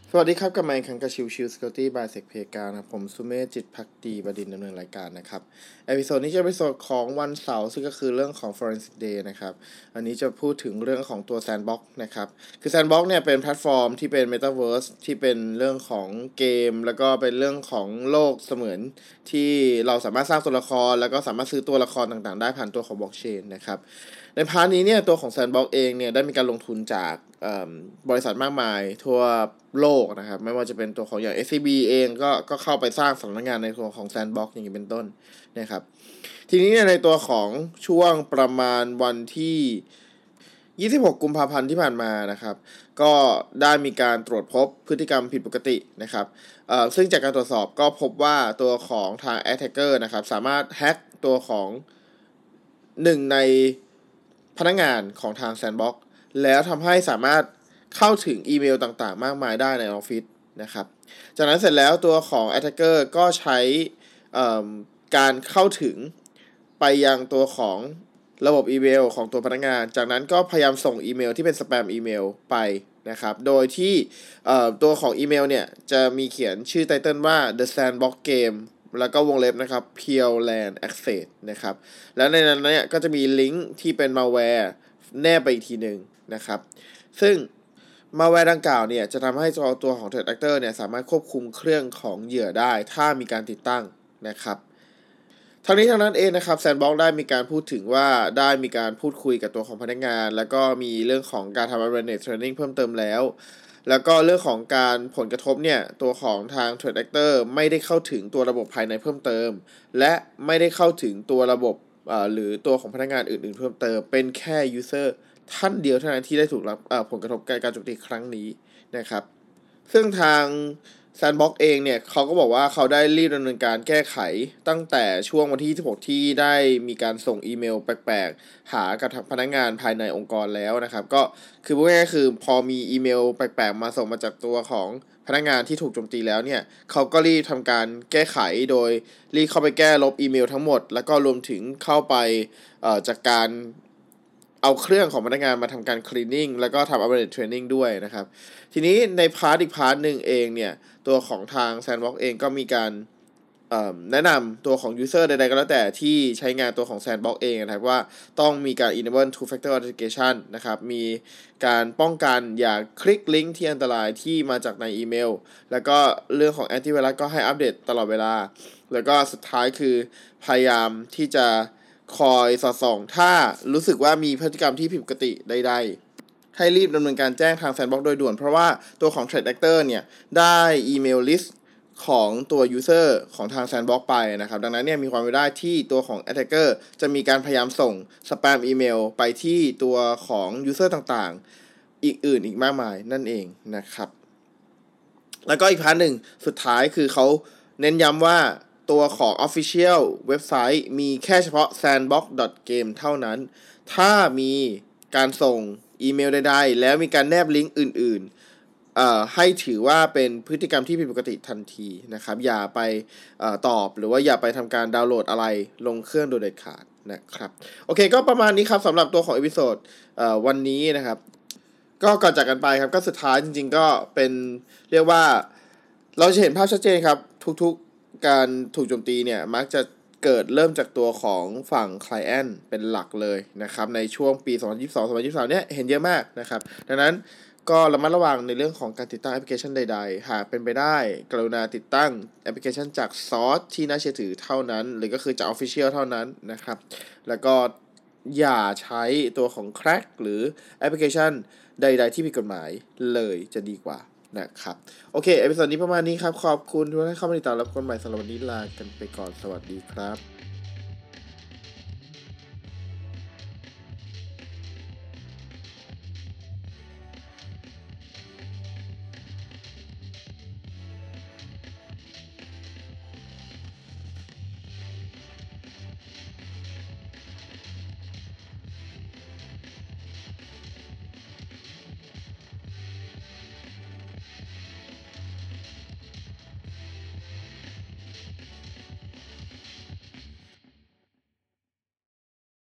สวัสดีครับกับไมค์คังกะชิวชิว Security by Sec เพกานะผมสุเมธจิตภักดีบดินทร์ดำเนินรายการนะครับเอพิโซดนี้จะเป็นเอพิโซดของวันเสาร์ซึ่งก็คือเรื่องของ Forensic Day นะครับอันนี้จะพูดถึงเรื่องของตัว Sandbox นะครับคือ Sandbox เนี่ยเป็นแพลตฟอร์มที่เป็น Metaverse ที่เป็นเรื่องของเกมแล้วก็เป็นเรื่องของโลกเสมือนที่เราสามารถสร้างตัวละครแล้วก็สามารถซื้อตัวละครต่างๆได้ผ่านตัวของ Blockchain นะครับในพาร์ทนี้เนี่ยตัวของ Sandbox เองเนี่ยได้มีการลงทุนจากบริษัทมากมายทั่วโลกนะครับไม่ว่าจะเป็นตัวของอย่าง SCB เองก็เข้าไปสร้างสำนักงานในตัวของ Sandbox อย่างนี้เป็นต้นนะครับทีนี้ในตัวของช่วงประมาณวันที่26กุมภาพันธ์ที่ผ่านมานะครับก็ได้มีการตรวจพบพฤติกรรมผิดปกตินะครับซึ่งจากการตรวจสอบก็พบว่าตัวของทาง attacker นะครับสามารถแฮ็กตัวของหนึ่งในพนักงานของทาง Sandbox แล้วทำให้สามารถเข้าถึงอีเมลต่างๆมากมายได้ในออฟฟิศนะครับจากนั้นเสร็จแล้วตัวของ attacker ก็ใช้การเข้าถึงไปยังตัวของระบบอีเมลของตัวพนักงานจากนั้นก็พยายามส่งอีเมลที่เป็นสแปมอีเมลไปนะครับโดยที่ตัวของอีเมลเนี่ยจะมีเขียนชื่อไตเติลว่า The Sandbox Game แล้วก็วงเล็บนะครับ Pure Land Access นะครับแล้วในนั้นเนี่ยก็จะมีลิงก์ที่เป็น malware แนบไปอีกทีหนึ่งนะครับซึ่งmalwareดังกล่าวเนี่ยจะทำให้ตัวของ threat actor เนี่ยสามารถควบคุมเครื่องของเหยื่อได้ถ้ามีการติดตั้งนะครับทั้งนี้ทั้งนั้นเองนะครับ Sandbox ได้มีการพูดถึงว่าได้มีการพูดคุยกับตัวของพนักงานแล้วก็มีเรื่องของการทำ awareness training เพิ่มเติมแล้วก็เรื่องของการผลกระทบเนี่ยตัวของทาง threat actor ไม่ได้เข้าถึงตัวระบบภายในเพิ่มเติมและไม่ได้เข้าถึงตัวระบบหรือตัวของพนักงานอื่นๆเพิ่มเติมเป็นแค่ user ท่านเดียวเท่านั้นที่ได้ถูกรับผลกระทบการโจมตีครั้งนี้นะครับซึ่งทาง Sandbox เองเนี่ยเขาก็บอกว่าเขาได้รีบดำเนินการแก้ไขตั้งแต่ช่วงวันที่26ที่ได้มีการส่งอีเมลแปลกๆหากับพนักงานภายในองค์กรแล้วนะครับก็คือพูดง่ายๆคือพอมีอีเมลแปลกๆมาส่งมาจากตัวของพนักงานที่ถูกโจมตีแล้วเนี่ยเขาก็รีบทำการแก้ไขโดยรีบเข้าไปแก้ลบอีเมลทั้งหมดแล้วก็รวมถึงเข้าไปจากการเอาเครื่องของพนักงานมาทำการ cleaning แล้วก็ทำ awareness training ด้วยนะครับทีนี้ในพาร์ทอีกพาร์ทหนึ่งเองเนี่ยตัวของทาง Sandbox เองก็มีการแนะนำตัวของ user ใดๆก็แล้วแต่ที่ใช้งานตัวของ Sandbox เองนะครับว่าต้องมีการ enable two factor authentication นะครับมีการป้องกันอย่าคลิกลิงก์ที่อันตรายที่มาจากในอีเมลแล้วก็เรื่องของ antivirus ก็ให้อัปเดตตลอดเวลาแล้วก็สุดท้ายคือพยายามที่จะคอยสอดส่องถ้ารู้สึกว่ามีพฤติกรรมที่ผิดปกติใดๆให้รีบดำเนินการแจ้งทาง Sandbox โดยด่วนเพราะว่าตัวของ Threat Actor เนี่ยได้อีเมลลิสต์ของตัว user ของทาง Sandbox ไปนะครับดังนั้นเนี่ยมีความเป็นไปได้ที่ตัวของ attacker จะมีการพยายามส่งสแปมอีเมลไปที่ตัวของ user ต่างๆอีกอื่นอีกมากมายนั่นเองนะครับแล้วก็อีกพาร์ทหนึ่งสุดท้ายคือเขาเน้นย้ำว่าตัวของ Official เว็บไซต์มีแค่เฉพาะ sandbox.game เท่านั้นถ้ามีการส่งอีเมลใดๆแล้วมีการแนบลิงก์อื่นๆให้ถือว่าเป็นพฤติกรรมที่ผิดปกติทันทีนะครับอย่าไปตอบหรือว่าอย่าไปทำการดาวน์โหลดอะไรลงเครื่องโดยเด็ดขาดนะครับโอเคก็ประมาณนี้ครับสำหรับตัวของเอพิโซดวันนี้นะครับก็ก่อนจากกันไปครับก็สุดท้ายจริงๆก็เป็นเรียกว่าเราจะเห็นภาพชัดเจนครับทุกๆการถูกโจมตีเนี่ยมักจะเริ่มจากตัวของฝั่ง Client เป็นหลักเลยนะครับในช่วงปี 2022-2023 เนี่ยเห็นเยอะมากนะครับดังนั้นก็ระมัดระวังในเรื่องของการติดตั้งแอปพลิเคชันใดๆหากเป็นไปได้กรุณาติดตั้งแอปพลิเคชันจากซอสที่น่าเชื่อถือเท่านั้นหรือก็คือจาก Official เท่านั้นนะครับแล้วก็อย่าใช้ตัวของ Crack หรือแอปพลิเคชันใดๆที่ผิดกฎหมายเลยจะดีกว่านะครับโอเคเอพิโซดนี้ประมาณนี้ครับขอบคุณทุกท่านที่เข้ามาติดตามรับชมใหม่สำหรับวันนี้ลากันไปก่อนสวัสดีครับ